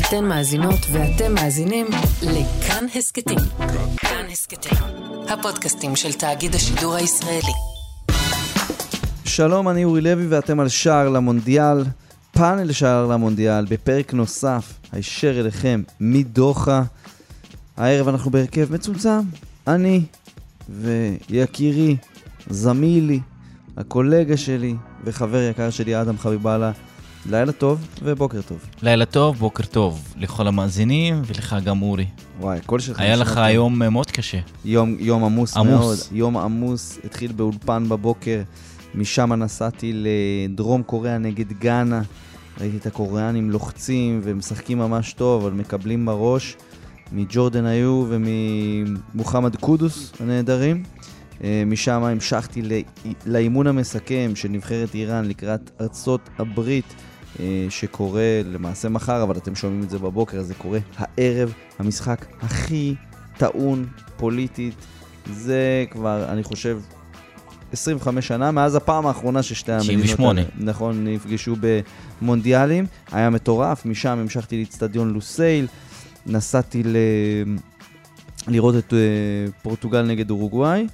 אתן מאזינות ואתם מאזינים לכאן הסקטים. כאן הסקטים, הפודקאסטים של תאגיד השידור הישראלי. שלום, אני אורי לוי ואתם על שער למונדיאל, פאנל שער למונדיאל, בפרק נוסף, הישר אליכם מדוחה. הערב אנחנו בהרכב מצומצם, אני ויקירי, זמילי, הקולגה שלי וחבר יקר שלי אדם חביבאללה. לילה טוב ובוקר טוב. לילה טוב, בוקר טוב לכל המאזינים ולך גם אורי. וואי, כל שלך. היה לך יום מאוד קשה. יום עמוס מאוד. יום עמוס, התחיל באולפן בבוקר, משם נסעתי לדרום קוריאה נגד גאנה. ראיתי את הקוריאנים לוחצים ומשחקים ממש טוב, אבל מקבלים בראש מג'ורדן היו וממוחמד קודוס הנהדרים. משם המשכתי לאימון המסכם של נבחרת איראן לקראת ארצות הברית, שקורה למעשה מחר, אבל אתם שומעים את זה בבוקר, אז זה קורה הערב, המשחק הכי טעון פוליטית. זה כבר, אני חושב, 25 שנה, מאז הפעם האחרונה ששתי המדינות נכון, נפגשו במונדיאלים. היה מטורף, משם המשכתי לאצטדיון לוסייל, נסעתי לראות את פורטוגל נגד אורוגוואי,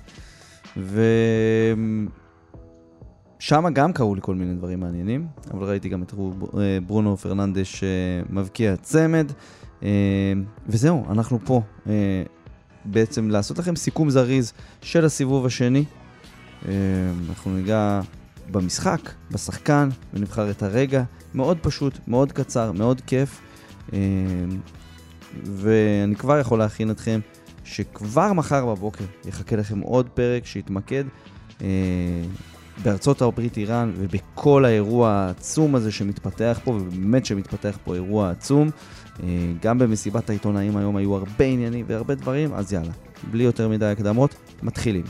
ושם גם קראו לי כל מיני דברים מעניינים, אבל ראיתי גם את ברונו פרננדש מבקיע צמד, וזהו, אנחנו פה בעצם לעשות לכם סיכום זריז של הסיבוב השני. אנחנו ניגע במשחק, בשחקן, ונבחר את הרגע. מאוד פשוט, מאוד קצר, מאוד כיף, ואני כבר יכול להכין אתכם שכבר מחר בבוקר יחכה לכם עוד פרק שיתמקד בארצות הברית איראן ובכל האירוע העצום הזה שמתפתח פה, ובאמת שמתפתח פה אירוע עצום. גם במסיבת העיתונאים היום היו הרבה עניינים והרבה דברים, אז יאללה, בלי יותר מדי הקדמות, מתחילים.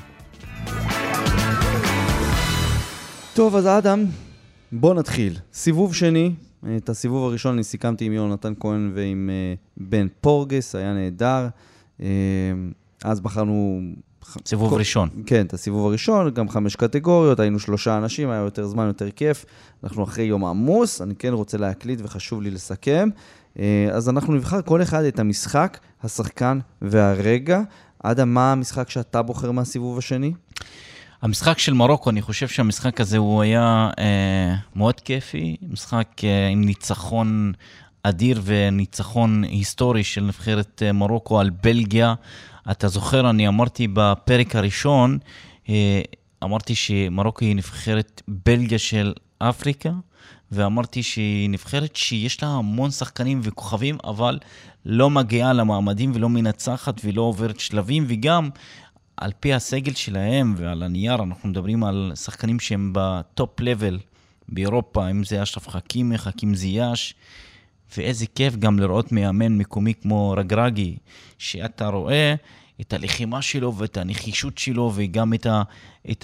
טוב, אז אדם, בוא נתחיל. סיבוב שני, את הסיבוב הראשון אני סיכמתי עם יונתן כהן ועם בן פורגס, היה נהדר. אז בחרנו סיבוב ראשון. כן, את הסיבוב הראשון, גם 5 קטגוריות, היינו 3 אנשים, היה יותר זמן, יותר כיף. אנחנו אחרי יום עמוס, אני כן רוצה להקליט וחשוב לי לסכם. אז אנחנו נבחר כל אחד את המשחק, השחקן והרגע. אדם, מה המשחק שאתה בוחר מהסיבוב השני? המשחק של מרוקו, אני חושב שהמשחק הזה הוא היה מאוד כיפי, משחק עם ניצחון אדיר וניצחון היסטורי של נבחרת מרוקו על בלגיה. אתה זוכר, אני אמרתי בפרק הראשון, אמרתי שמרוקו היא נבחרת בלגיה של אפריקה, ואמרתי שהיא נבחרת שיש לה המון שחקנים וכוכבים, אבל לא מגיעה למעמדים ולא מנצחת ולא עוברת שלבים, וגם על פי הסגל שלהם ועל הנייר, אנחנו מדברים על שחקנים שהם בטופ לבל באירופה, אם זה אשרף חכימי, חכים זיאש, ואיזה כיף גם לראות מאמן מקומי כמו רגרגי, שאתה רואה את הלחימה שלו ואת הנחישות שלו, וגם את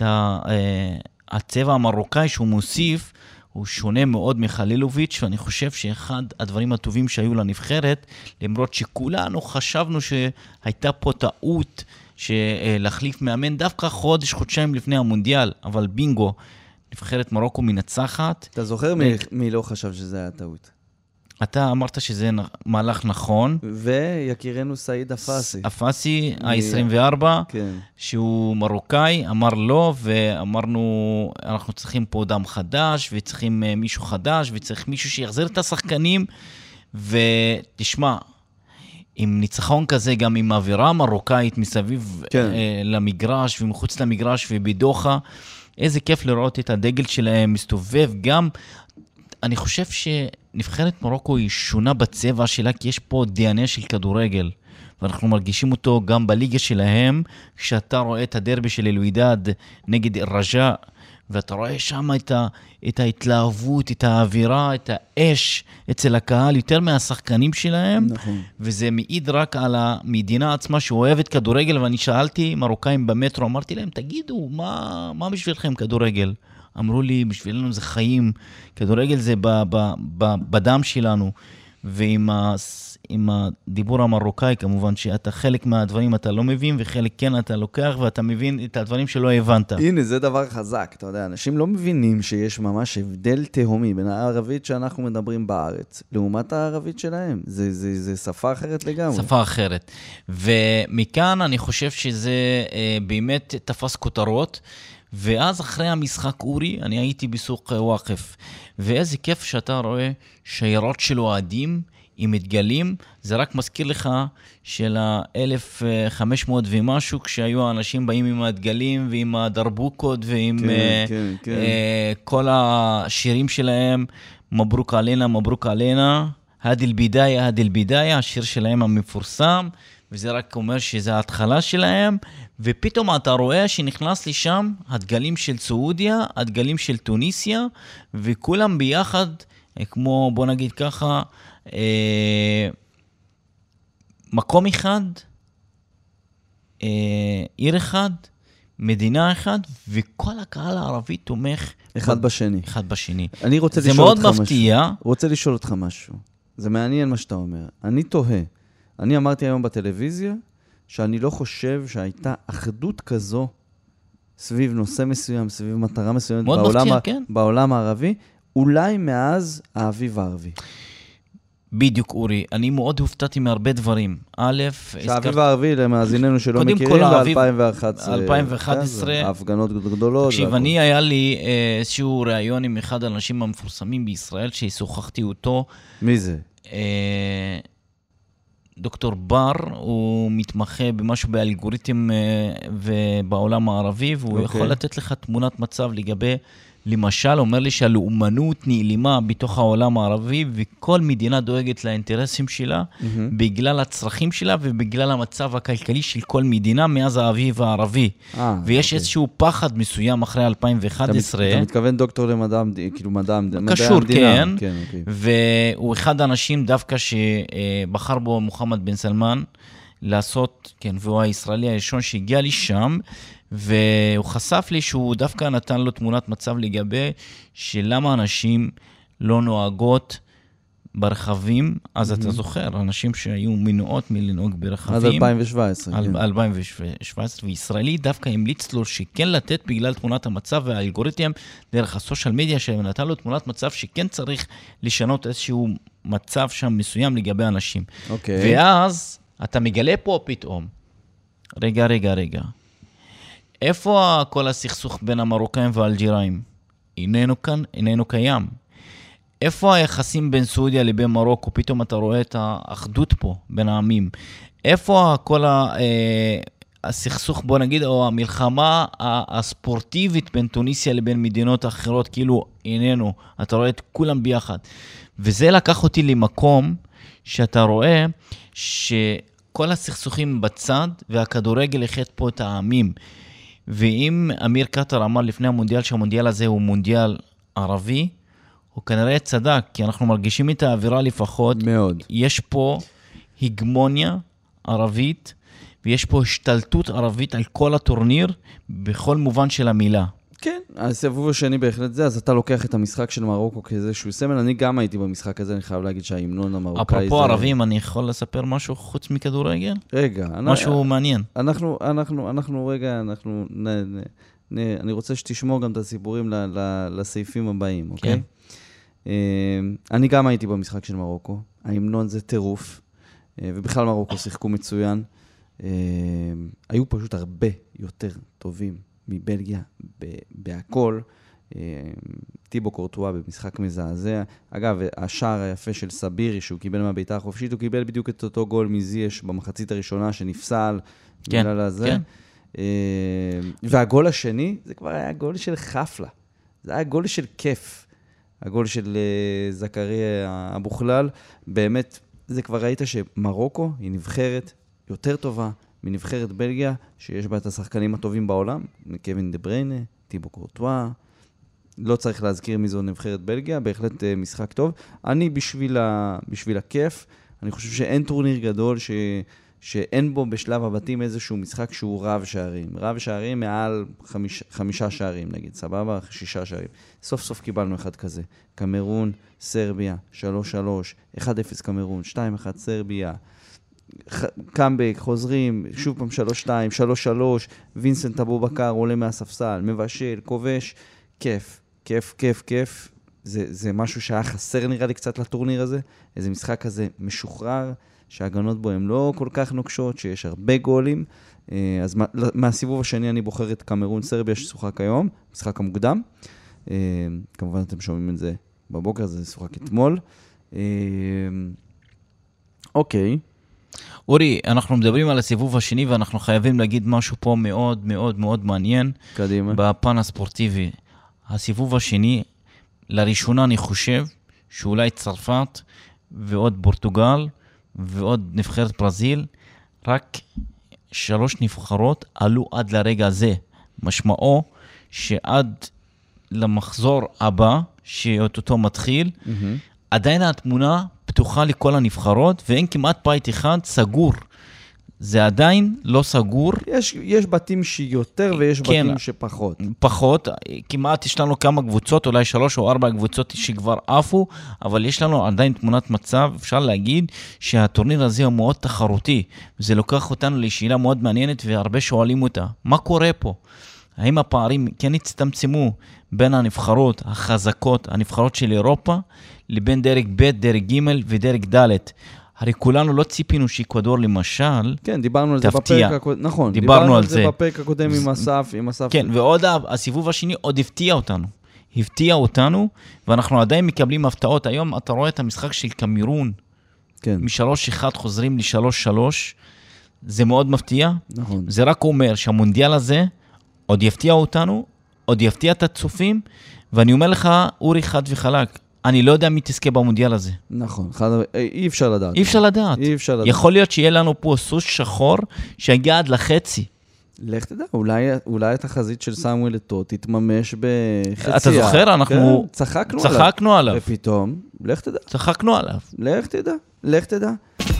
הצבע המרוקאי שהוא מוסיף, הוא שונה מאוד מחלילוביץ', ואני חושב שאחד הדברים הטובים שהיו לנבחרת, למרות שכולנו חשבנו שהייתה פה טעות, שלהחליף מאמן דווקא חודשיים לפני המונדיאל, אבל בינגו, נבחרת מרוקו מנצחת. אתה זוכר מי לא חשב שזה היה טעות? אתה אמרת שזה מהלך נכון. ויקירנו סעיד אפסי. אפסי, ה-24, כן. שהוא מרוקאי, אמר לא, ואמרנו, אנחנו צריכים פה דם חדש, וצריכים מישהו חדש, וצריך מישהו שיחזיר את השחקנים, ותשמע, עם ניצחון כזה, גם עם אווירה מרוקאית מסביב כן. למגרש, ומחוץ למגרש, ובדוחה, איזה כיף לראות את הדגל שלהם מסתובב, גם אני חושב שנבחרת מרוקו היא שונה בצבע שלה, כי יש פה DNA של כדורגל, ואנחנו מרגישים אותו גם בליגה שלהם, כשאתה רואה את הדרבי של אלווידד נגד אל-רג'א, ואתה רואה שם את ההתלהבות, את האווירה, את האש אצל הקהל, יותר מהשחקנים שלהם, נכון. וזה מעיד רק על המדינה עצמה שאוהבת כדורגל, ואני שאלתי מרוקאים במטרו, אמרתי להם, תגידו, מה בשבילכם כדורגל? אמרו לי, בשבילנו זה חיים, כדורגל זה בדם שלנו, עם הדיבור המרוקאי, כמובן שאתה חלק מהדברים אתה לא מבין, וחלק כן אתה לוקח, ואתה מבין את הדברים שלא הבנת. הנה, זה דבר חזק, אתה יודע, אנשים לא מבינים שיש ממש הבדל תהומי בין הערבית שאנחנו מדברים בארץ, לעומת הערבית שלהם. זה שפה אחרת לגמרי. שפה אחרת. ומכאן אני חושב שזה באמת תפס כותרות, ואז אחרי המשחק אורי, אני הייתי בסוق וואקף, ואיזה כיף שאתה רואה שיירות של אוהדים, עם מתגלים, זה רק מזכיר לך של 1500 ומשהו, כשהיו האנשים באים עם הדגלים ועם הדרבוקות ועם כל השירים שלהם, מברוק עלינה, מברוק עלינה, הדיל בידאיה, הדיל בידאיה, השיר שלהם המפורסם, וזה רק אומר שזה ההתחלה שלהם, ופתאום אתה רואה שנכנס לשם הדגלים של סעודיה, הדגלים של טוניסיה, וכולם ביחד, כמו בוא נגיד ככה, מקום אחד, עיר אחד, מדינה אחד, וכל הקהל הערבי תומך אחד בשני. אחד בשני. אני רוצה זה לשאול מאוד אותך מפתיע. משהו. רוצה לשאול אותך משהו. זה מעניין מה שאתה אומר. אני תוהה. אני אמרתי היום בטלוויזיה, שאני לא חושב שהייתה אחדות כזו סביב נושא מסוים, סביב מטרה מסוימת בעולם הערבי, אולי מאז האביב הערבי. בדיוק, אורי. אני מאוד הופתעתי מהרבה דברים. א', שהאביב הערבי, למאזיננו שלא מכירים, ב-2011. 2011. ההפגנות גדולות. תקשיב, היה לי איזשהו ראיון עם אחד האנשים המפורסמים בישראל, ששוחחתי אותו. מי זה? דוקטור בר, הוא מתמחה במשהו באלגוריתם ובעולם הערבי, והוא יכול לתת לך תמונת מצב לגבי, למשל, אומר לי שהלאומנות נעלמה בתוך העולם הערבי, וכל מדינה דואגת לאינטרסים שלה, בגלל הצרכים שלה, ובגלל המצב הכלכלי של כל מדינה, מאז האביב הערבי. ויש איזשהו פחד מסוים אחרי 2011. אתה מתכוון דוקטור למדע, כאילו מדע המדינה. קשור, כן. והוא אחד האנשים דווקא שבחר בו מוחמד בן סלמן, לעשות, כן, והוא הישראלי הראשון שהגיע לי שם, והוא חשף לי שהוא דווקא נתן לו תמונת מצב לגבי שלמה אנשים לא נוהגות ברכבים, אז אתה זוכר, אנשים שהיו מנועות מלנהוג ברכבים. עד 2017. 2017, וישראלי דווקא המליץ לו שכן לתת בגלל תמונת המצב והאלגוריתם דרך הסושיאל מדיה, שנתן לו תמונת מצב שכן צריך לשנות איזשהו מצב שם מסוים לגבי אנשים. ואז אתה מגלה פה פתאום, רגע, איפה כל הסכסוך בין המרוקאים והאלג'יראים? איננו קיים. איפה היחסים בין סעודיה לבין מרוקו? פתאום אתה רואה את האחדות פה בין העמים. איפה כל הסכסוך, בוא נגיד, או המלחמה הספורטיבית בין טוניסיה לבין מדינות אחרות, כאילו איננו. אתה רואה את כולם ביחד. וזה לקח אותי למקום שאתה רואה שכל הסכסוכים בצד, והכדורגל החט פה את העמים. ואם אמיר קטר אמר לפני המונדיאל שהמונדיאל הזה הוא מונדיאל ערבי, הוא כנראה צדק, כי אנחנו מרגישים את האווירה לפחות. מאוד. יש פה הגמוניה ערבית, ויש פה השתלטות ערבית על כל הטורניר, בכל מובן של המילה. כן, הסיבוב השני בהחלט זה, אז אתה לוקח את המשחק של מרוקו כאיזשהו סמל, אני גם הייתי במשחק הזה, אני חייב להגיד שההימנון המרוקאי זה... אפרופו ערבים, אני יכול לספר משהו חוץ מכדורגל? רגע. משהו מעניין. אני רוצה שתשמור גם את הסיפורים לסעיפים הבאים, אוקיי? אני גם הייתי במשחק של מרוקו, ההימנון זה טירוף, ובכלל מרוקו שיחקו מצוין, היו פשוט הרבה יותר טובים מבלגיה בהכל, טיבו קורטואה במשחק מזעזע. אגב, השער היפה של סבירי, שהוא קיבל מהביתה החופשית, הוא קיבל בדיוק את אותו גול מזייש במחצית הראשונה שנפסל. כן, כן. והגול השני, זה כבר היה גול של חפלה. זה היה גול של כיף. הגול של זכריה אבו חלל. באמת, זה כבר ראית שמרוקו היא נבחרת יותר טובה, מנבחרת בלגיה, שיש בה את השחקנים הטובים בעולם, קווין דה בריינה, טיבו קורטואה, לא צריך להזכיר מי זו נבחרת בלגיה, בהחלט משחק טוב. אני בשביל הכיף, אני חושב שאין טורניר גדול שאין בו בשלב הבתים איזשהו משחק שהוא רב שערים. רב שערים מעל 5 שערים, נגיד, סבבה? 6 שערים. סוף סוף קיבלנו אחד כזה. קמרון, סרביה, 3-3, 1-0 קמרון, 2-1 סרביה, קאמבק, חוזרים, שוב פעם 3-2, 3-3, וינסנט אבו בקר עולה מהספסל, מבשל, כובש, כיף, כיף, כיף, כיף. זה משהו שהיה חסר נראה לי קצת לטורניר הזה, איזה משחק כזה משוחרר, שההגנות בו הן לא כל כך נוקשות, שיש הרבה גולים. אז מהסיבוב השני אני בוחר את קמרון סרביה ששוחק היום, משחק המוקדם. כמובן אתם שומעים את זה בבוקר, זה שוחק אתמול. אוקיי. אורי, אנחנו מדברים על הסיבוב השני, ואנחנו חייבים להגיד משהו פה מאוד מאוד מאוד מעניין. קדימה. בפן הספורטיבי. הסיבוב השני, לראשונה אני חושב, שאולי צרפת ועוד פורטוגל ועוד נבחרת ברזיל, רק 3 נבחרות עלו עד לרגע הזה. משמעו שעד למחזור הבא, שאותו מתחיל, עדיין התמונה פתוחה לכל הנבחרות, ואין כמעט בית אחד סגור. זה עדיין לא סגור. יש בתים שיותר ויש כן, בתים שפחות. פחות, כמעט יש לנו כמה קבוצות, אולי 3 או 4 קבוצות שכבר עפו, אבל יש לנו עדיין תמונת מצב, אפשר להגיד שהטורניר הזה הוא מאוד תחרותי, זה לוקח אותנו לשאלה מאוד מעניינת, והרבה שואלים אותה, מה קורה פה? האם הפערים כן הצטמצמו בין הנבחרות החזקות, הנבחרות של אירופה, לבין דרג ב', דרג ג' ודרג ד'? הרי כולנו לא ציפינו שאקוודור למשל, כן, דיברנו על זה בפרק הקודם, נכון, דיברנו על זה בפרק הקודם עם אסף, כן, ועוד הסיבוב השני עוד הפתיע אותנו, ואנחנו עדיין מקבלים הפתעות. היום אתה רואה את המשחק של קמרון, כן. מ-3-1 חוזרים ל-3-3, זה מאוד מפתיע. נכון. זה רק אומר שהמונדיאל הזה עוד יפתיע אותנו, עוד יפתיע את הצופים, ואני אומר לך, אורי, חד וחלק, אני לא יודע מי תזכה במונדיאל הזה. נכון, אי אפשר לדעת. אי אפשר לדעת. יכול להיות שיהיה לנו פה סוס שחור שיגיע עד לחצי. לך תדע, אולי התחזית של סמואל אתו תתממש בחציה. אתה זוכר? אנחנו צחקנו עליו. עליו. ופתאום, לך תדע. צחקנו עליו. לך תדע.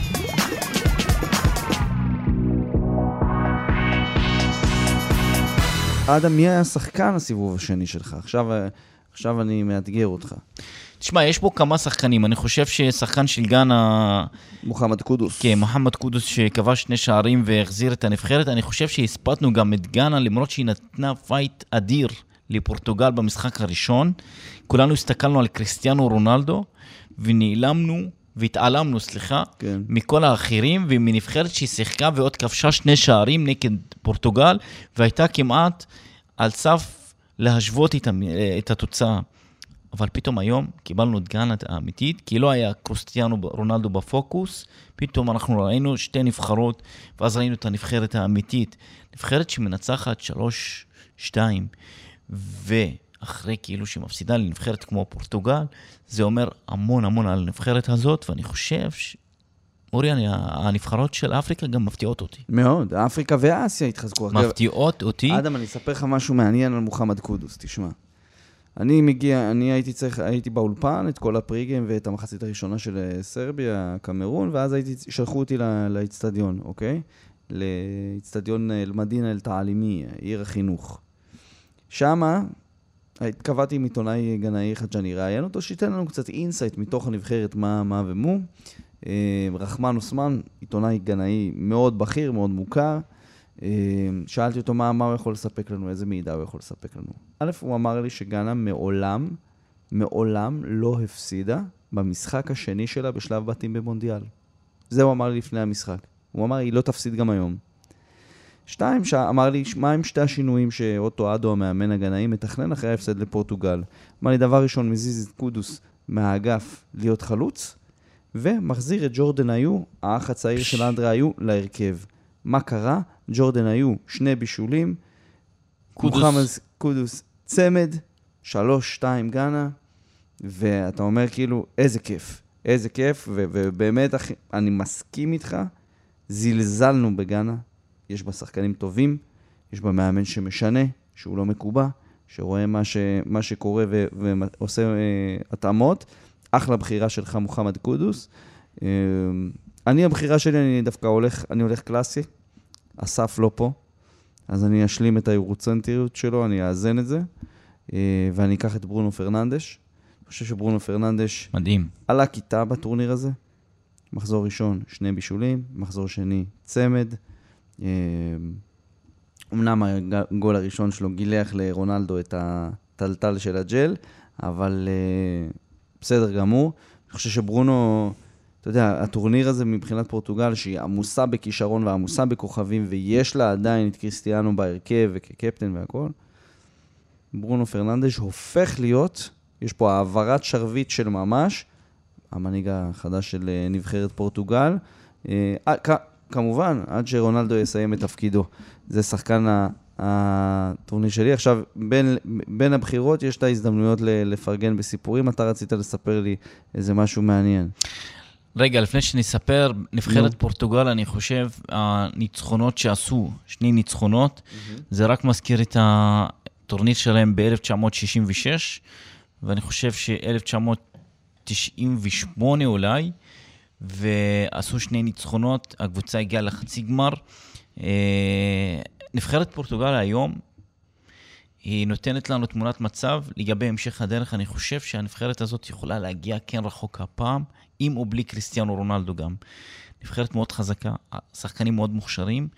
אדם, מי היה שחקן הסיבוב השני שלך? עכשיו אני מאתגר אותך. תשמע, יש פה כמה שחקנים. אני חושב ששחקן של גאנה... מוחמד קודוס. כן, מוחמד קודוס שכבש 2 שערים והחזיר את הנבחרת. אני חושב שהספתנו גם את גאנה, למרות שהיא נתנה פייט אדיר לפורטוגל במשחק הראשון. כולנו הסתכלנו על קריסטיאנו רונלדו, והתעלמנו, כן. מכל האחרים, ומנבחרת שהיא שיחקה ועוד כבשה 2 שערים נגד פורטוגל, והייתה כמעט על סף להשוות את התוצאה. אבל פתאום היום קיבלנו את גאנה האמיתית, כי לא היה קריסטיאנו רונלדו בפוקוס, פתאום אנחנו ראינו 2 נבחרות, ואז ראינו את הנבחרת האמיתית, נבחרת שמנצחת 3-2, ואחרי כאילו שמפסידה לנבחרת כמו פורטוגל, זה אומר המון המון על הנבחרת הזאת, ואני חושב אורי, הנבחרות של אפריקה גם מפתיעות אותי. מאוד, אפריקה ואסיה התחזקו. מפתיעות אותי. אדם, אני אספר לך משהו מעניין על מוחמד קודוס, תשמע. אני הייתי באולפן את כל הפריגים ואת המחצית הראשונה של סרביה, קמרון, ואז שלחו אותי לאצטדיון, אוקיי? לאצטדיון אל-מדינה אל-תעלימי, עיר החינוך. שמה התקבעתי עם עיתונאי גנאי חג'ני, ראיין אותו, שייתן לנו קצת אינסייט מתוך הנבחרת מה ומו. רחמן אוסמן, עיתונאי גנאי מאוד בכיר, מאוד מוכר. שאלתי אותו מה הוא יכול לספק לנו, איזה מידע הוא יכול לספק לנו. א', הוא אמר לי שגאנה מעולם לא הפסידה במשחק השני שלה בשלב בתים במונדיאל. זה הוא אמר לי לפני המשחק. הוא אמר, היא לא תפסיד גם היום. 2, אמר לי, מה הם 2 השינויים שאוטו אדו, המאמן הגנאי, מתכנן אחרי ההפסד לפורטוגל? אמר לי, דבר ראשון, מזיז את קודוס מהאגף להיות חלוץ, ומחזיר את ג'ורדן היו, האח הצעיר של אנדרה היו, להרכב. מה קרה? ג'ורדן היו 2 בישולים, מוחמד קודוס צמד, 3-2 גאנה, ואתה אומר כאילו, איזה כיף, ובאמת אני מסכים איתך, זלזלנו בגאנה, יש בה שחקנים טובים, יש בה מאמן שמשנה, שהוא לא מקובע, שרואה מה שקורה ועושה התאמות, אחלה בחירה שלך מוחמד קודוס, הבחירה שלי, אני הולך קלאסי, אסף לא פה, אז אני אשלים את האירוצנטריות שלו, אני אאזן את זה, ואני אקח את ברונו פרננדש. אני חושב שברונו פרננדש מדהים. עלה כיתה בטורניר הזה, מחזור ראשון 2 בישולים, מחזור שני צמד, אמנם הגול הראשון שלו גילח לרונלדו את הטלטל של הג'ל, אבל בסדר גמור. אני חושב שברונו, אתה יודע, הטורניר הזה מבחינת פורטוגל, שהיא עמוסה בכישרון ועמוסה בכוכבים, ויש לה עדיין את קריסטיאנו בהרכב וכקפטן והכל, ברונו פרננדש הופך להיות, יש פה העברת שרביט של ממש, המנהיג החדש של נבחרת פורטוגל, כמובן, עד שרונלדו יסיים את תפקידו. זה שחקן הטורניר שלי. עכשיו, בין הבחירות יש את ההזדמנויות לפרגן בסיפורים. אתה רצית לספר לי איזה משהו מעניין. רגע, לפני שנספר, נבחרת פורטוגל, אני חושב, הניצחונות שעשו, 2 ניצחונות, זה רק מזכיר את הטורניר שלהם ב-1966, ואני חושב ש-1998 אולי, ועשו 2 ניצחונות, הקבוצה הגיעה לחצי גמר. נבחרת פורטוגל היום, היא נותנת לנו תמונת מצב לגבי המשך הדרך. אני חושב שהנבחרת הזאת יכולה להגיע כן רחוק הפעם, עם או בלי קריסטיאנו רונלדו גם. נבחרת מאוד חזקה, שחקנים מאוד מוכשרים,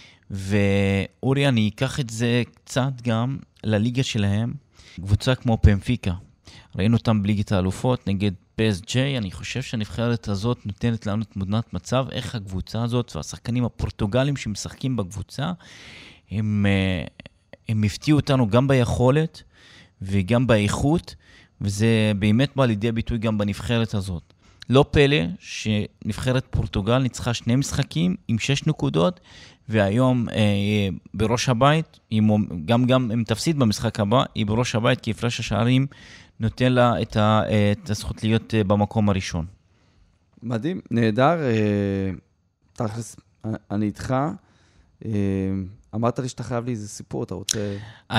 ואורי, אני אקח את זה קצת גם לליגה שלהם, קבוצה כמו פנפיקה. ראינו אותם בליגת האלופות נגד PSG, אני חושב שהנבחרת הזאת נותנת לנו תמונת מצב, איך הקבוצה הזאת והשחקנים הפורטוגלים שמשחקים בקבוצה, הם הפתיעו אותנו גם ביכולת וגם באיכות, וזה באמת בא לידי ביטוי גם בנבחרת הזאת. לא פלא שנבחרת פורטוגל ניצחה 2 משחקים עם 6 נקודות, והיום בראש הבית, גם אם תפסיד במשחק הבא, היא בראש הבית כי הפרש השערים נותן לה את הזכות להיות במקום הראשון. מדהים, נהדר. תכלס, אני איתך. אמרת לי שאתה חייב לי איזה סיפור, אתה רוצה...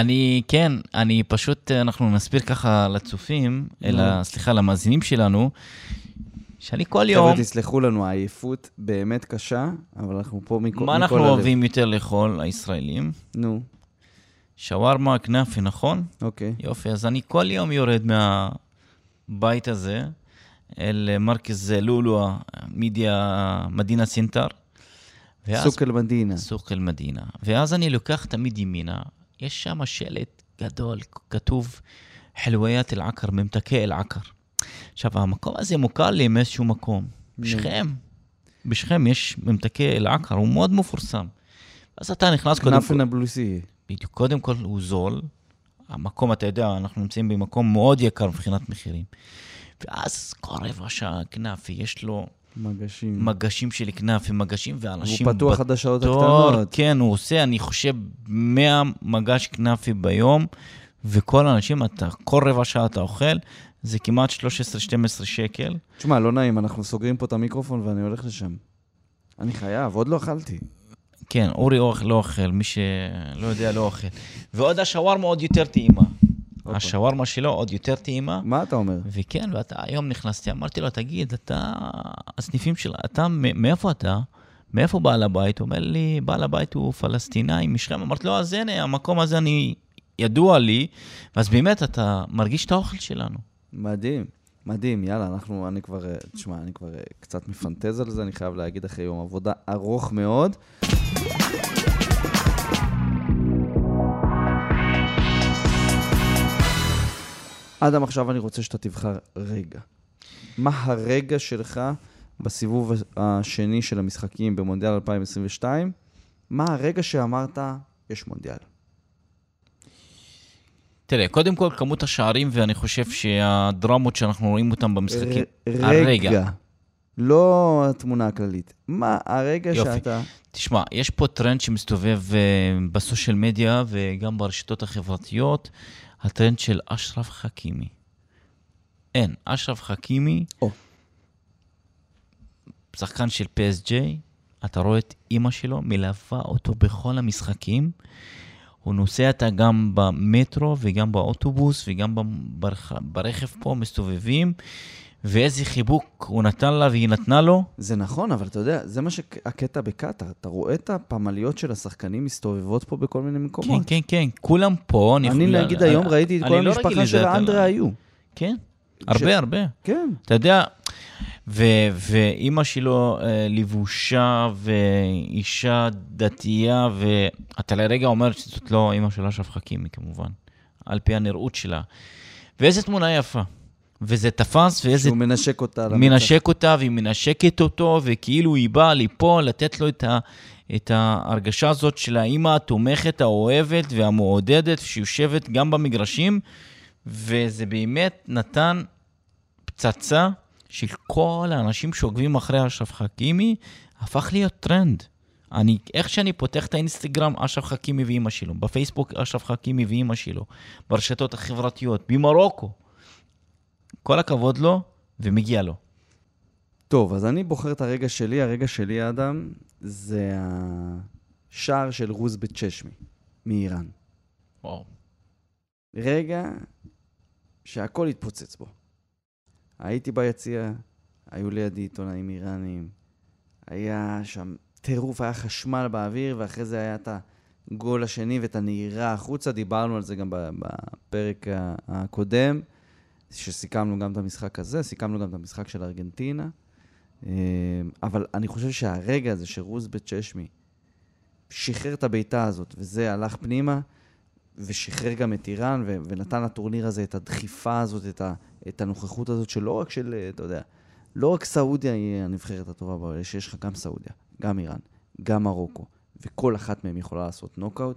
אני פשוט, אנחנו נסביר ככה לצופים, סליחה, למאזינים שלנו, שאני כל יום... חבר'ה, תסלחו לנו, העייפות באמת קשה, אבל אנחנו פה מכל הלב. מה אנחנו אוהבים יותר לאכול, הישראלים? נו. שווארמה, כנאפי, נכון? אוקיי. יופי, אז אני כל יום יורד מהבית הזה, אל מרכז לולו, מדינה סינטר. סוק אל מדינה. סוק אל מדינה. ואז אני לוקח תמיד ימינה, יש שם שלט גדול, כתוב חלוויית אל-עקר, ממתקי אל-עקר. עכשיו, המקום הזה מוכר לי מאיזשהו מקום. בשכם יש ממתקי אל-עקר, הוא מאוד מפורסם. אז אתה נכנס קודם כנף נבלוסי. בדיוק, קודם כל הוא זול. המקום, אתה יודע, אנחנו נמצאים במקום מאוד יקר מבחינת מחירים. ואז כל רבע שעה כנפי, יש לו מגשים של כנפי, מגשים ואנשים... הוא פתוח עד השעות הקטנות. כן, הוא עושה, אני חושב, 100 מגש כנפי ביום, וכל האנשים, כל רבע שעה אתה אוכל, זה כמעט 13-12 שקל. תשמע, לא נעים, אנחנו סוגרים פה את המיקרופון ואני הולך לשם. אני חייב, עוד לא אכלתי. כן, אורי לא אוכל, מי שלא יודע לא אוכל. ועוד השווארמה עוד יותר טעימה. השווארמה שלו עוד יותר טעימה. מה אתה אומר? וכן, ואתה היום נכנסתי, אמרתי לו, תגיד, אתה, הסניפים שלה, אתה, מאיפה אתה? מאיפה בעל הבית? הוא אומר לי, בעל הבית הוא פלסטינאי, משכם. אמרתי לו, אז הנה, המקום הזה אני ידוע לי, ואז באמת אתה מרגיש את האוכל שלנו. מדהים, מדהים, יאללה, אני כבר קצת מפנטז על זה, אני חייב להגיד אחרי יום עבודה ארוך מאוד. אדם, עכשיו אני רוצה שאתה תבחר רגע. מה הרגע שלך בסיבוב השני של המשחקים במונדיאל 2022? מה הרגע שאמרת, יש מונדיאל? תראה, קודם כל, כמות השערים, ואני חושב שהדרמות שאנחנו רואים אותם במשחקים... רגע. לא התמונה הכללית. מה הרגע שאתה... תשמע, יש פה טרנד שמסתובב בסושיאל מדיה וגם ברשתות החברתיות, הטרנד של אשרף חכימי. אין, אשרף חכימי, שחקן של PSG, אתה רואה את אמא שלו, מלווה אותו בכל המשחקים, הוא נוסע אותה גם במטרו וגם באוטובוס וגם ברכב פה מסתובבים, ואיזה חיבוק הוא נתן לה והיא נתנה לו. זה נכון, אבל אתה יודע, זה מה שהקטע בקטר. אתה רואה את הפמליות של השחקנים מסתובבות פה בכל מיני מקומות. כן, כן, כן. כולם פה. אני נגיד היום ראיתי את כל המשפחה של האנדרה היו. כן, הרבה. כן. אתה יודע, ואימא שלו לבושה ואישה דתייה, ואתה לרגע אומר שזאת לא אימא של אשרף חכימי, כמובן, על פי הנראות שלה. ואיזו תמונה יפה. וזה תפס, ואיזה... שהוא מנשק אותה. מנשק אותה, והיא מנשקת אותו, וכאילו היא באה ליפול, לתת לו את ההרגשה הזאת של האמא התומכת, האוהבת והמעודדת, שיושבת גם במגרשים, וזה באמת נתן פצצה של כל האנשים שעוקבים אחרי אשרף חכימי, הפך להיות טרנד. איך שאני פותח את האינסטגרם, אשרף חכימי ואמא שלו, בפייסבוק אשרף חכימי ואמא שלו, ברשתות החברתיות, במרוקו, כל הכבוד לו, ומגיע לו. טוב, אז אני בוחר את הרגע שלי, אדם, זה השער של רוזבט צ'שמי, מאיראן. וואו. רגע שהכל התפוצץ בו. הייתי ביציע, היו לידי עיתונאים איראנים, היה שם טירוף, היה חשמל באוויר, ואחרי זה היה את הגול השני ואת הנהירה החוצה, דיברנו על זה גם בפרק הקודם, שסיכמנו גם את המשחק הזה, סיכמנו גם את המשחק של ארגנטינה, אבל אני חושב שהרגע הזה שרוזבט צ'שמי שחרר את הביתה הזאת, וזה הלך פנימה, ושחרר גם את איראן, ונתן לטורניר הזה את הדחיפה הזאת, את הנוכחות הזאת, שלא רק של, אתה יודע, לא רק סעודיה היא הנבחרת הטובה בעולם, שיש לך גם סעודיה, גם איראן, גם מרוקו, וכל אחת מהם יכולה לעשות נוקאוט,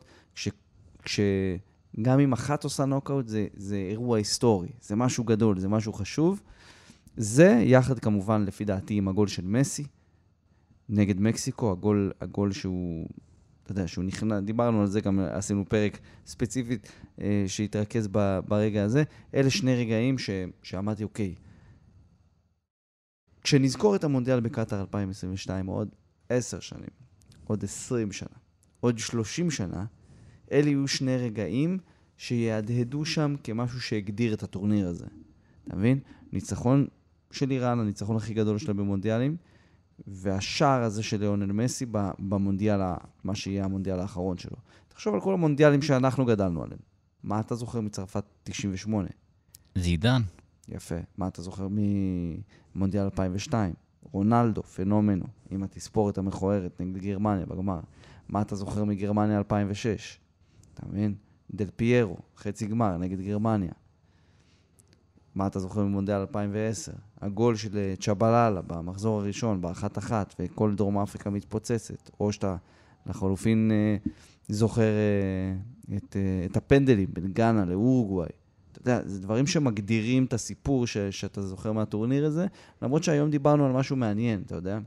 גם אם אחת עושה נוקאוט, זה אירוע היסטורי, זה משהו גדול, זה משהו חשוב. זה יחד כמובן, לפי דעתי, עם הגול של מסי, נגד מקסיקו, הגול שהוא, אתה יודע, שהוא נכנע, דיברנו על זה, גם עשינו פרק ספציפית שהתרכז ברגע הזה. אלה שני רגעים שאמרתי, אוקיי, כשנזכור את המונדיאל בקטר 2022, עוד 10 שנים, עוד 20 שנה, עוד 30 שנה, אלה יהיו שני רגעים שיהדהדו שם כמשהו שהגדיר את הטורניר הזה. אתה מבין? ניצחון של איראן, הניצחון הכי גדול שלה במונדיאלים, והשער הזה של ליאונל מסי במונדיאל, מה שיהיה המונדיאל האחרון שלו. תחשוב על כל המונדיאלים שאנחנו גדלנו עליהם. מה אתה זוכר מצרפת 98? זידן. יפה. מה אתה זוכר ממונדיאל 2002? רונלדו, פנומנו, עם התספורת המכוערת נגד גרמניה בגמר. מה אתה זוכר מגרמניה 2006? אתה מבין? דל פיירו, חצי גמר נגד גרמניה. מה אתה זוכר ממונדיאל 2010? הגול של צ'בלאלה במחזור הראשון, ב1-1, וכל דרום אפריקה מתפוצצת. או שאתה לחלופין זוכר את הפנדלים בין גאנה לאורוגוואי. אתה יודע, זה דברים שמגדירים את הסיפור שאתה זוכר מהטורניר הזה, למרות שהיום דיברנו על משהו מעניין, אתה יודע?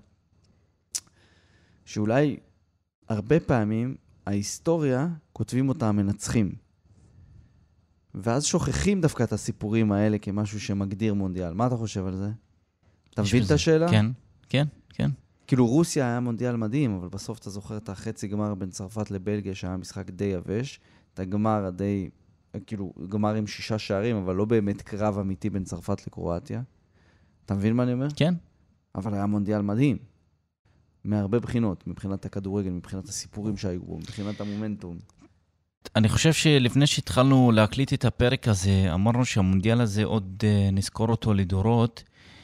שאולי הרבה פעמים ההיסטוריה כותבים אותה המנצחים. ואז שוכחים דווקא את הסיפורים האלה כמשהו שמגדיר מונדיאל. מה אתה חושב על זה? אתה מבין את השאלה? כן. כאילו רוסיה היה מונדיאל מדהים, אבל בסוף אתה זוכר את החצי גמר בין צרפת לבלגיה, שהיה משחק די יבש, את הגמר הדי, כאילו גמר עם 6 שערים, אבל לא באמת קרב אמיתי בין צרפת לקרואטיה. אתה מבין מה אני אומר? כן. אבל היה מונדיאל מדהים. מהרבה בחינות, מבחינת הכדורגל, מבחינת הסיפורים שהיו בו, מבחינת המומנטום. אני חושב שלפני שהתחלנו להקליט את הפרק הזה, אמרנו שהמונדיאל הזה עוד נזכור אותו לדורות,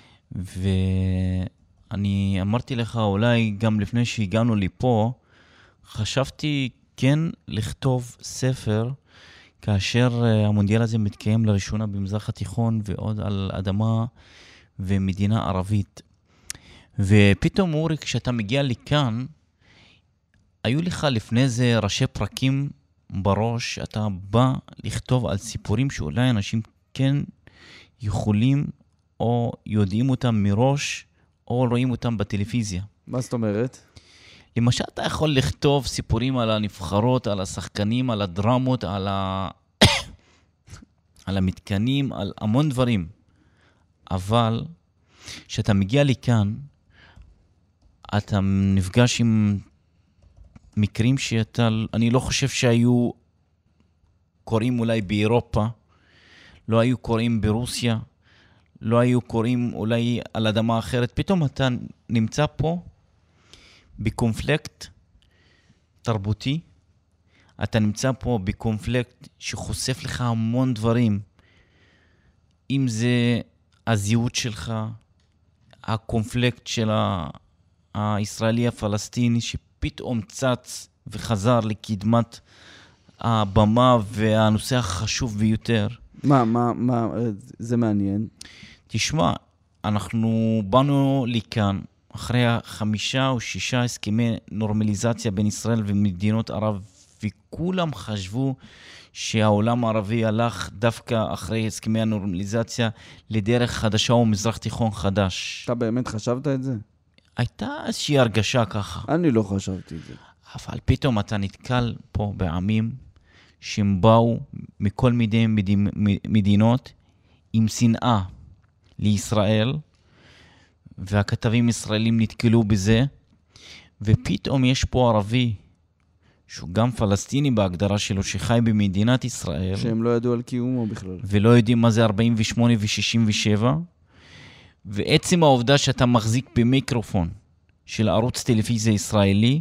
ואני אמרתי לך, אולי גם לפני שהגענו לפה, חשבתי כן לכתוב ספר, כאשר המונדיאל הזה מתקיים לראשונה במזרח התיכון, ועוד על אדמה ומדינה ערבית. ופתאום אורי, כשאתה מגיע לכאן, היו לך לפני זה ראשי פרקים בראש, אתה בא לכתוב על סיפורים שאולי אנשים כן יכולים או יודעים אותם מראש, או רואים אותם בטלוויזיה. מה זאת אומרת? למשל, אתה יכול לכתוב סיפורים על הנבחרות, על השחקנים, על הדרמות, על המתקנים, על המון דברים. אבל כשאתה מגיע לכאן, אתה נפגש עם מקרים אני לא חושב שהיו קוראים אולי באירופה, לא היו קוראים ברוסיה, לא היו קוראים אולי על אדמה אחרת. פתאום אתה נמצא פה בקונפלקט תרבותי, אתה נמצא פה בקונפלקט שחושף לך המון דברים, אם זה הזהות שלך, הקונפלקט של הישראלי הפלסטיני שפתאום צץ וחזר לקדמת הבמה והנושא החשוב ביותר. מה, זה מעניין. תשמע, אנחנו באנו לכאן אחרי 5 או 6 הסכמי נורמליזציה בין ישראל ומדינות ערב, וכולם חשבו שהעולם הערבי הלך דווקא אחרי הסכמי הנורמליזציה לדרך חדשה או מזרח תיכון חדש. אתה באמת חשבת את זה? הייתה איזושהי הרגשה ככה. אני לא חשבתי את זה. אבל פתאום אתה נתקל פה בעמים שהם באו מכל מיני מדינות עם שנאה לישראל, והכתבים ישראלים נתקלו בזה, ופתאום יש פה ערבי, שהוא גם פלסטיני בהגדרה שלו, שחי במדינת ישראל. שהם לא ידעו על קיומו בכלל. ולא יודעים מה זה 48 ו-67. ועצם העובדה שאתה מחזיק במיקרופון של ערוץ טלוויזיה ישראלי,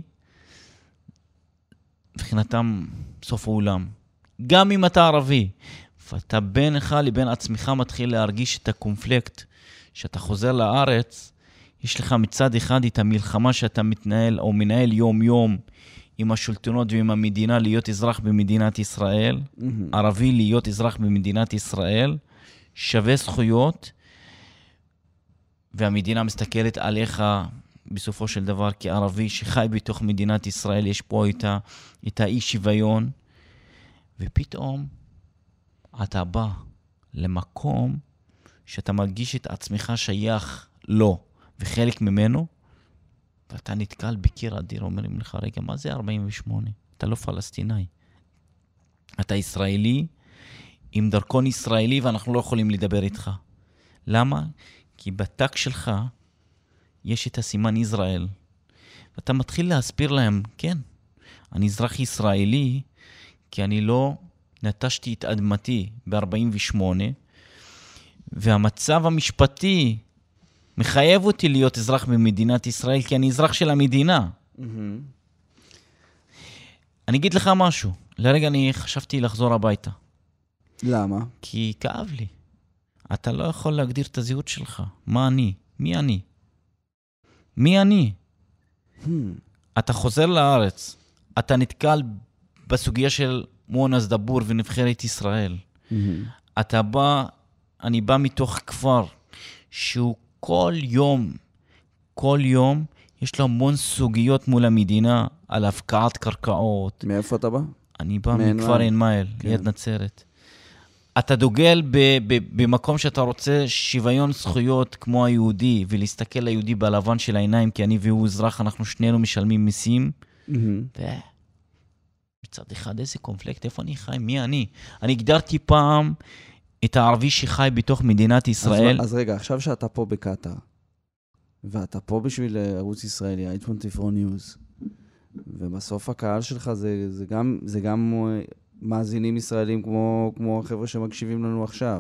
מבחינתם סוף העולם. גם אם אתה ערבי, ואתה בינך לבין עצמך מתחיל להרגיש את הקונפלקט, שאתה חוזר לארץ, יש לך מצד אחד את המלחמה שאתה מתנהל או מנהל יום יום עם השלטונות ועם המדינה להיות אזרח במדינת ישראל, ערבי להיות אזרח במדינת ישראל, שווה זכויות, והמדינה מסתכלת עליך בסופו של דבר כערבי שחי בתוך מדינת ישראל, יש פה את האי שוויון, ופתאום אתה בא למקום שאתה מרגיש את עצמך שייך לו וחלק ממנו, ואתה נתקל בקיר אדיר, אומרים לך, רגע, מה זה 48? אתה לא פלסטיני. אתה ישראלי עם דרכון ישראלי, ואנחנו לא יכולים לדבר איתך. למה? כי בטק שלך יש את הסימן ישראל. ואתה מתחיל להסביר להם, כן, אני אזרח ישראלי, כי אני לא נטשתי את אדמתי ב-48, והמצב המשפטי מחייב אותי להיות אזרח במדינת ישראל, כי אני אזרח של המדינה. אני אגיד לך משהו. לרגע אני חשבתי לחזור הביתה. למה? כי כאב לי. אתה לא יכול להגדיר את הזהות שלך. מה אני? מי אני? מי אני? אתה חוזר לארץ. אתה נתקל בסוגיה של מואנס דבור ונבחרת ישראל. אתה בא, אני בא מתוך כפר שהוא כל יום יש לו המון סוגיות מול המדינה על הפקעת קרקעות. מאיפה אתה בא? אני בא מכפר עין מאהל, ליד נצרת. אתה דוגל במקום שאתה רוצה שוויון זכויות כמו היהודי, ולהסתכל ליהודי בלבן של העיניים, כי אני והוא אזרח, אנחנו שנינו משלמים מיסים. מצד אחד, איזה קונפלקט, איפה אני חי? מי אני? אני הגדרתי פעם את הערבי שחי בתוך מדינת ישראל. אז רגע, עכשיו שאתה פה בקטר, ואתה פה בשביל ערוץ ישראלי, i24 News, ובסוף הקהל שלך זה גם מאזינים ישראלים כמו החבר'ה שמקשיבים לנו עכשיו.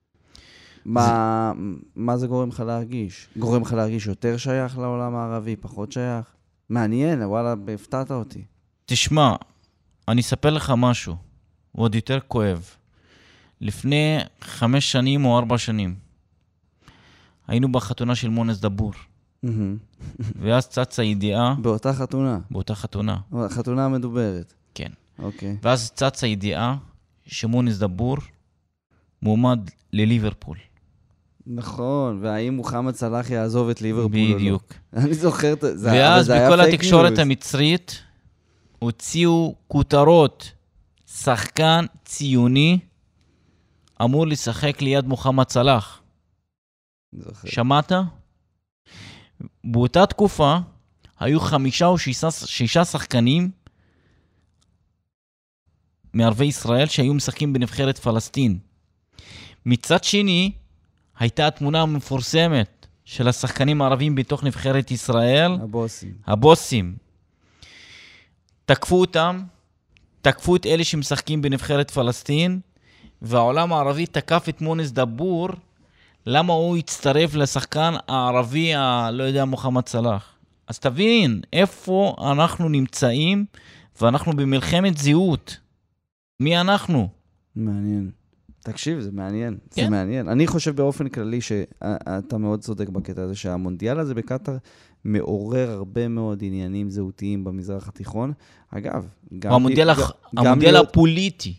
מה זה גורם לך להרגיש? גורם לך להרגיש יותר שייך לעולם הערבי, פחות שייך? מעניין, וואלה, הפתעת אותי. תשמע, אני אספר לך משהו, ועוד יותר כואב. לפני 5 שנים או 4 שנים, היינו בחתונה של מואנס דבור. ואז צצה ידיעה. באותה חתונה? באותה חתונה. החתונה המדוברת. כן. אוקיי. ואז צצה ידיעה שמואנס דבור מועמד לליברפול. נכון, והאם מוחמד סלאח יעזוב את ליברפול או לא? בדיוק. אני זוכר את זה. ואז בכל התקשורת המצרית הוציאו כותרות, שחקן ציוני אמור לשחק ליד מוחמד סלאח. שמעת? באותה תקופה היו 5 או 6 שחקנים מערבי ישראל שהיו משחקים בנבחרת פלסטין. מצד שני, הייתה התמונה המפורסמת של השחקנים הערבים בתוך נבחרת ישראל. הבוסים. תקפו אותם, תקפו את אלה שמשחקים בנבחרת פלסטין, והעולם הערבי תקף את מואנס דבור, למה הוא יצטרף לשחקן הערבי, לא יודע, מוחמד סלאח? אז תבין, איפה אנחנו נמצאים, ואנחנו במלחמת זהות. מי אנחנו? מעניין. תקשיב, זה מעניין. כן. זה מעניין. אני חושב באופן כללי שאתה מאוד צודק בקטע הזה, שהמונדיאל הזה בקטר מעורר הרבה מאוד עניינים זהותיים במזרח התיכון. אגב, גם... המונדיאל הפוליטי.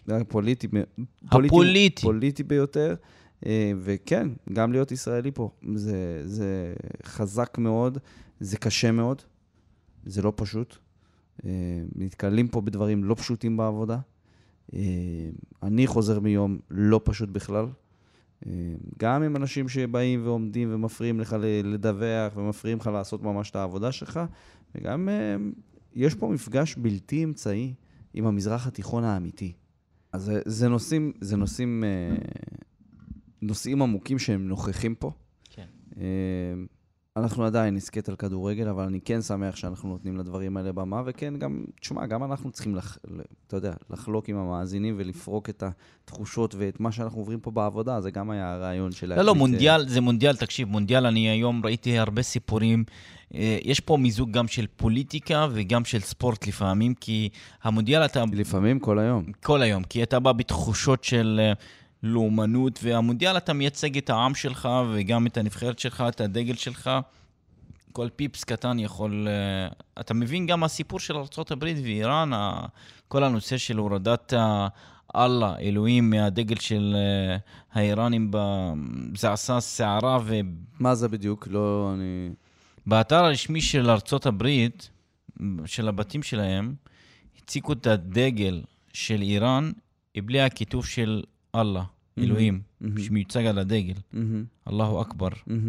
פוליטי ביותר. וכן, גם להיות ישראלי פה. זה חזק מאוד, זה קשה מאוד, זה לא פשוט. נתקלים פה בדברים לא פשוטים בעבודה. אני חוזר מיום לא פשוט בכלל. גם עם אנשים שבאים ועומדים ומפריעים לך לדווח ומפריעים לך לעשות ממש את העבודה שלך, וגם יש פה מפגש בלתי אמצעי עם המזרח התיכון האמיתי. אז זה נושאים עמוקים שהם נוכחים פה. כן. אנחנו עדיין נסקט על כדורגל, אבל אני כן שמח שאנחנו נותנים לדברים האלה במה, וכן גם, תשמע, גם אנחנו צריכים, אתה יודע, לחלוק עם המאזינים ולפרוק את התחושות ואת מה שאנחנו עוברים פה בעבודה, זה גם היה הרעיון של... לא, מונדיאל, זה מונדיאל, תקשיב, מונדיאל, אני היום ראיתי הרבה סיפורים, יש פה מיזוג גם של פוליטיקה וגם של ספורט לפעמים, כי המונדיאל אתה... לפעמים כל היום. כל היום, כי אתה בא בתחושות של... לאומנות, והמונדיאל אתה מייצג את העם שלך, וגם את הנבחרת שלך, את הדגל שלך. כל פיפס קטן יכול... אתה מבין גם הסיפור של ארצות הברית ואיראן, כל הנושא של הורדת אללה, אלוהים, מהדגל של האיראנים, זה עשה שערה ו... מה זה בדיוק? לא, אני... באתר הרשמי של ארצות הברית, של הבתים שלהם, הציגו את הדגל של איראן, בלי הכיתוב של אללה, אלוהים, שמיוצג על הדגל. אללהו אכבר.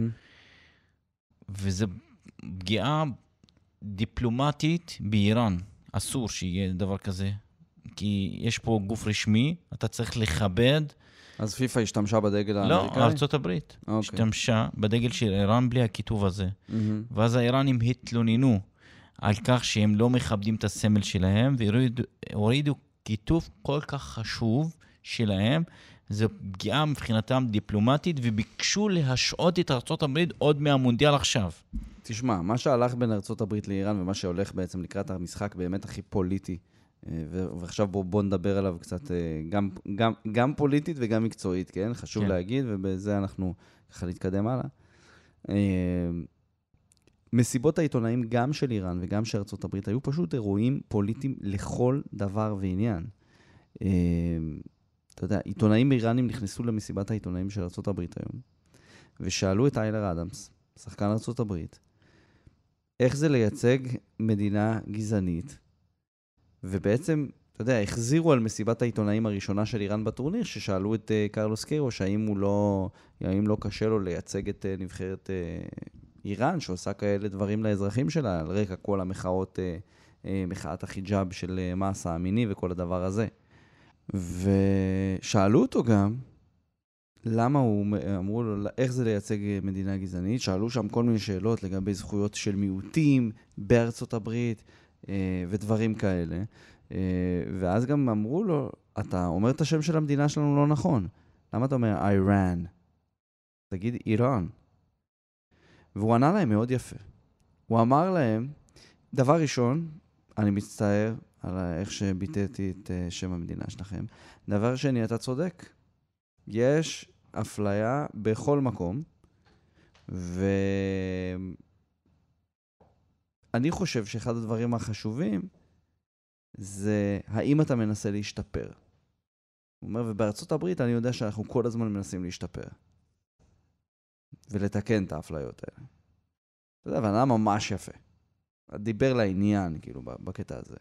וזה פגיעה דיפלומטית באיראן. אסור שיהיה דבר כזה. כי יש פה גוף רשמי, אתה צריך לכבד. אז פיפה השתמשה בדגל האמריקאי? לא, ארצות הברית. השתמשה בדגל של איראן בלי הכיתוב הזה. ואז האיראנים התלוננו על כך שהם לא מכבדים את הסמל שלהם, והורידו כיתוב כל כך חשוב, שלהם, זו פגיעה מבחינתם דיפלומטית, וביקשו להשעות את ארצות הברית עוד מהמונדיאל עכשיו. תשמע, מה שהלך בין ארצות הברית לאיראן, ומה שהולך בעצם לקראת המשחק באמת הכי פוליטי, ועכשיו בוא נדבר עליו קצת, גם פוליטית וגם מקצועית, כן? חשוב להגיד, ובזה אנחנו ככה נתקדם הלאה. מסיבות העיתונאים גם של איראן וגם של ארצות הברית, היו פשוט אירועים פוליטיים לכל דבר ועניין. אתה יודע, עיתונאים איראנים נכנסו למסיבת העיתונאים של ארצות הברית היום, ושאלו את איילר אדמס, שחקן ארצות הברית, איך זה לייצג מדינה גזענית, ובעצם, אתה יודע, החזירו על מסיבת העיתונאים הראשונה של איראן בטורניר, ששאלו את קרלוס קיירוש, האם לא קשה לו לייצג את נבחרת איראן, שעושה כאלה דברים לאזרחים שלה, על רקע כל המחאות, מחאת החיג'אב של מאסה המיני וכל הדבר הזה. ושאלו אותו גם, למה אמרו לו, איך זה לייצג מדינה גזענית? שאלו שם כל מיני שאלות לגבי זכויות של מיעוטים בארצות הברית ודברים כאלה. ואז גם אמרו לו, אתה אומר את השם של המדינה שלנו לא נכון. למה אתה אומר איראן? תגיד איראן. והוא ענה להם מאוד יפה. הוא אמר להם, דבר ראשון, אני מצטער על איך שביטאתי את שם המדינה שלכם. דבר שני, אתה צודק. יש אפליה בכל מקום, ואני חושב שאחד הדברים החשובים זה האם אתה מנסה להשתפר. הוא אומר, ובארצות הברית אני יודע שאנחנו כל הזמן מנסים להשתפר. ולתקן את האפליות האלה. אתה יודע, ואני ממש יפה. דיבר לעניין, כאילו, בקטע הזה.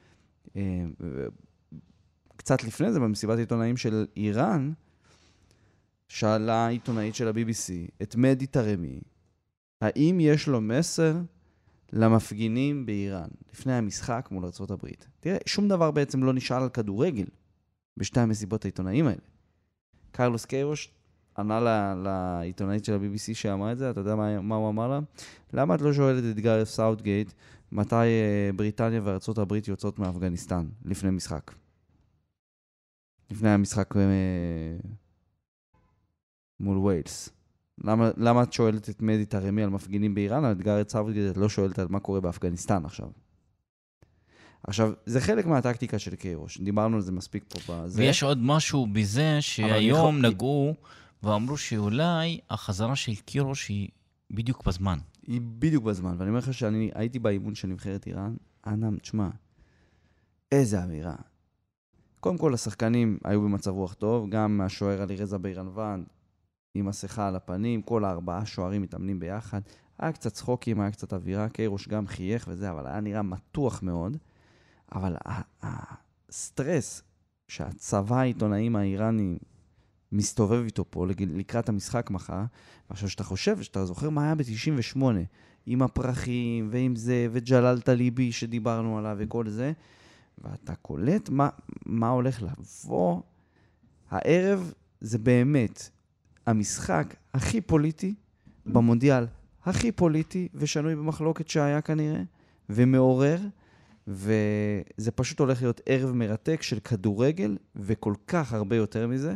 קצת לפני זה, במסיבת עיתונאים של איראן, שאלה עיתונאית של ה-BBC, את מדי תרמי, האם יש לו מסר למפגינים באיראן, לפני המשחק מול ארצות הברית? תראה, שום דבר בעצם לא נשאל על כדורגל, בשתי המסיבות העיתונאים האלה. קרלוס קיירוש ענה לעיתונאית של ה-BBC שאמרה את זה, אתה יודע מה הוא אמר לה? למה את לא שואלת את גארת' סאות'גייט, מתי בריטניה וארצות הברית יוצאות מאפגניסטן, לפני משחק? לפני המשחק מול ווילס. למה את שואלת את מדי תרמי על מפגינים באיראן, על גארד סאוטגייט, את לא שואלת על מה קורה באפגניסטן עכשיו. עכשיו, זה חלק מהטקטיקה של קירוש, דיברנו על זה מספיק פה בזה. ויש עוד משהו בזה שהיום נגעו ואמרו שאולי החזרה של קירוש היא בדיוק בזמן. היא בדיוק בזמן, ואני אומר לך שאני הייתי באימון של נבחרת איראן, תשמע, איזה אמירה. קודם כל, השחקנים היו במצב רוח טוב, גם השוער עלירזה בירנוון, עם מסכה על הפנים, כל 4 שוערים מתאמנים ביחד. היה קצת צחוקים, היה קצת אווירה, קירוש גם חייך וזה, אבל היה נראה מתוח מאוד. אבל הסטרס שהצבא העיתונאים האיראני מסתובב איתו פה לקראת המשחק מחר, עכשיו שאתה חושב, שאתה זוכר מה היה ב-98, עם הפרחים ועם זה, וג'לל טליבי שדיברנו עליו וכל זה, ואתה קולט מה הולך לבוא. הערב זה באמת המשחק הכי פוליטי במונדיאל, הכי פוליטי ושנוי במחלוקת שהיה כנראה, ומעורר, וזה פשוט הולך להיות ערב מרתק של כדורגל, וכל כך הרבה יותר מזה.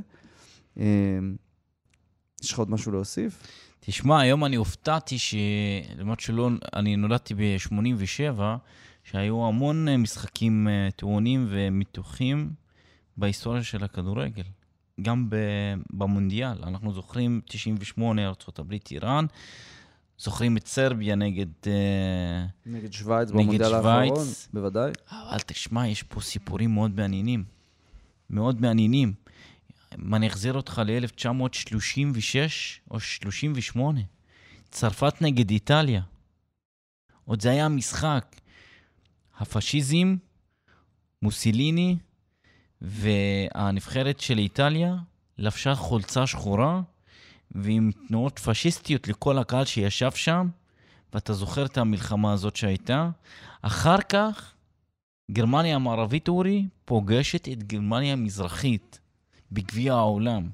יש לך עוד משהו להוסיף? תשמע, היום אני הופתעתי למרות שלא, אני נולדתי ב-87, שהיו המון משחקים טעונים ומתוחים בהיסטוריה של הכדורגל. גם במונדיאל. אנחנו זוכרים 98 ארצות הברית איראן, זוכרים את סרביה נגד שוויץ במונדיאל האחרון, בוודאי. אבל תשמע, יש פה סיפורים מאוד מעניינים. מאוד מעניינים. מה נחזיר אותך ל-1936 או 38? צרפת נגד איטליה. עוד זה היה משחק. הפשיזם, מוסיליני והנבחרת של איטליה לבשה חולצה שחורה ועם תנועות פשיסטיות לכל הקהל שישב שם, ואתה זוכר את המלחמה הזאת שהייתה. אחר כך גרמניה המערבית אורי פוגשת את גרמניה המזרחית בגביע העולם.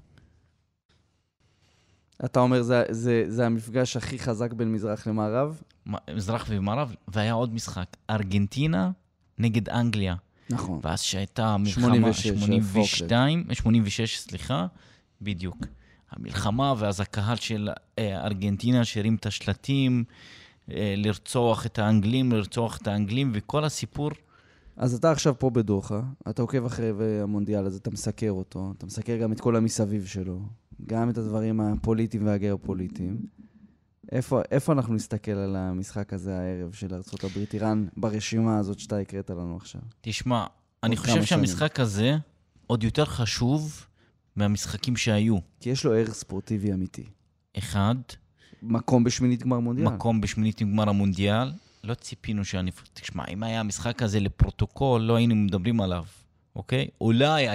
אתה אומר זה המפגש הכי חזק בין מזרח למערב? מזרח ומערב, והיה עוד משחק, ארגנטינה נגד אנגליה. נכון. ואז שהייתה מלחמה 86, סליחה, בדיוק. המלחמה, ואז הקהל של ארגנטינה שרים את השלטים, לרצוח את האנגלים, וכל הסיפור. אז אתה עכשיו פה בדוחה, אתה עוקב אחרי המונדיאל הזה, אתה מסקר אותו, אתה מסקר גם את כל המסביב שלו, גם את הדברים הפוליטיים והגיאופוליטיים. איפה אנחנו נסתכל על המשחק הזה הערב של ארצות הברית איראן ברשימה הזאת שאתה הקראת לנו עכשיו? תשמע, אני חושב שהמשחק הזה עוד יותר חשוב מהמשחקים שהיו. כי יש לו ערך ספורטיבי אמיתי. אחד. מקום בשמינית גמר מונדיאל. מקום בשמינית גמר המונדיאל. לא ציפינו תשמע, אם היה המשחק הזה לפרוטוקול, לא היינו מדברים עליו, אוקיי? אולי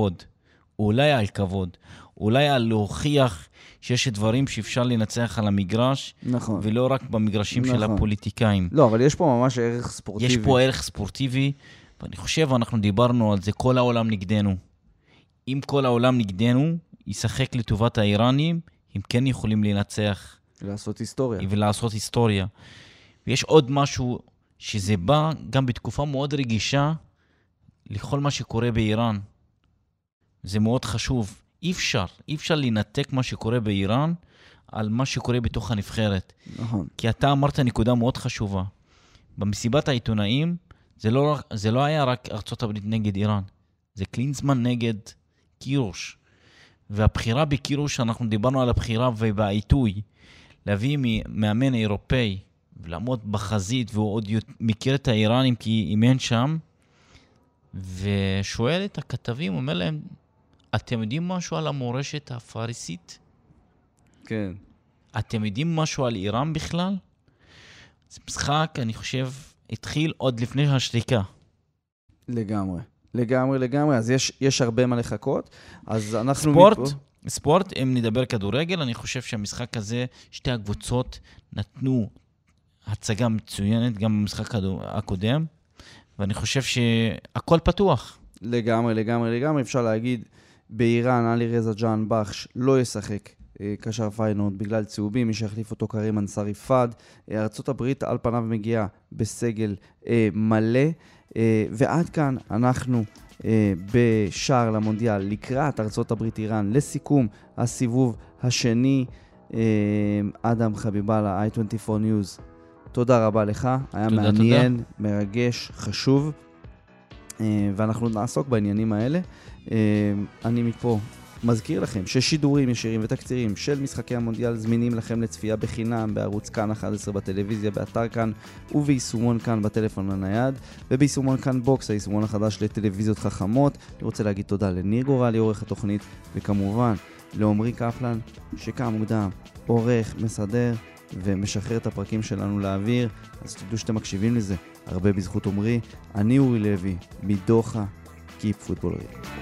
על כבוד. אולי על להוכיח שיש דברים שאפשר לנצח על המגרש, נכון. ולא רק במגרשים של הפוליטיקאים. לא, אבל יש פה ממש ערך ספורטיבי. יש פה ערך ספורטיבי, ואני חושב, אנחנו דיברנו על זה, כל העולם נגדנו. אם כל העולם נגדנו, ישחק לטובת האיראנים, הם כן יכולים לנצח. ולעשות היסטוריה. ויש עוד משהו שזה בא גם בתקופה מאוד רגישה לכל מה שקורה באיראן. זה מאוד חשוב. אי אפשר לנתק מה שקורה באיראן על מה שקורה בתוך הנבחרת. נכון. כי אתה אמרת נקודה מאוד חשובה. במסיבת העיתונאים, זה לא היה רק ארצות הברית נגד איראן. זה קלינזמן נגד קירוש. והבחירה בקירוש, אנחנו דיברנו על הבחירה ובעיתוי, להביא מאמן אירופאי, ולעמוד בחזית, והוא עוד מכיר את האיראנים כי אימן שם, ושואל את הכתבים, אומר להם, אתם יודעים משהו על המורשת הפריסית? כן. אתם יודעים משהו על איראן בכלל? זה משחק, אני חושב, התחיל עוד לפני השתיקה. לגמרי. אז יש הרבה מה לחכות. אז אנחנו ספורט, אם נדבר כדורגל, אני חושב שהמשחק הזה, שתי הקבוצות נתנו הצגה מצוינת, גם במשחק הקודם, ואני חושב שהכל פתוח. לגמרי. אפשר להגיד, באיראן, עלירזה ג'אנבחש לא ישחק קשר פיינורד בגלל צהובים, מי שיחליף אותו קרים אנסארי פאד. ארצות הברית על פניו מגיעה בסגל מלא, ועד כאן אנחנו בשער למונדיאל לקראת ארצות הברית איראן לסיכום הסיבוב השני. אדם חביבאללה, i24 News, תודה רבה לך, היה מעניין, מרגש, חשוב, ואנחנו נעסוק בעניינים האלה. אני מפה מזכיר לכם ששידורים ישירים ותקצירים של משחקי המונדיאל זמינים לכם לצפייה בחינם בערוץ כאן 11 בטלוויזיה, באתר כאן וביישומון כאן בטלפון הנייד, וביישומון כאן בוקס, היישומון החדש לטלוויזיות חכמות. אני רוצה להגיד תודה לניר גורלי, עורך התוכנית, וכמובן לעומרי קפלן, שקם מוקדם, עורך, מסדר ומשחרר את הפרקים שלנו לאוויר. אז תדעו שאתם מקשיבים לזה הרבה בזכות עומרי. אני אורי לוי, מדוחה, Keep Football Real.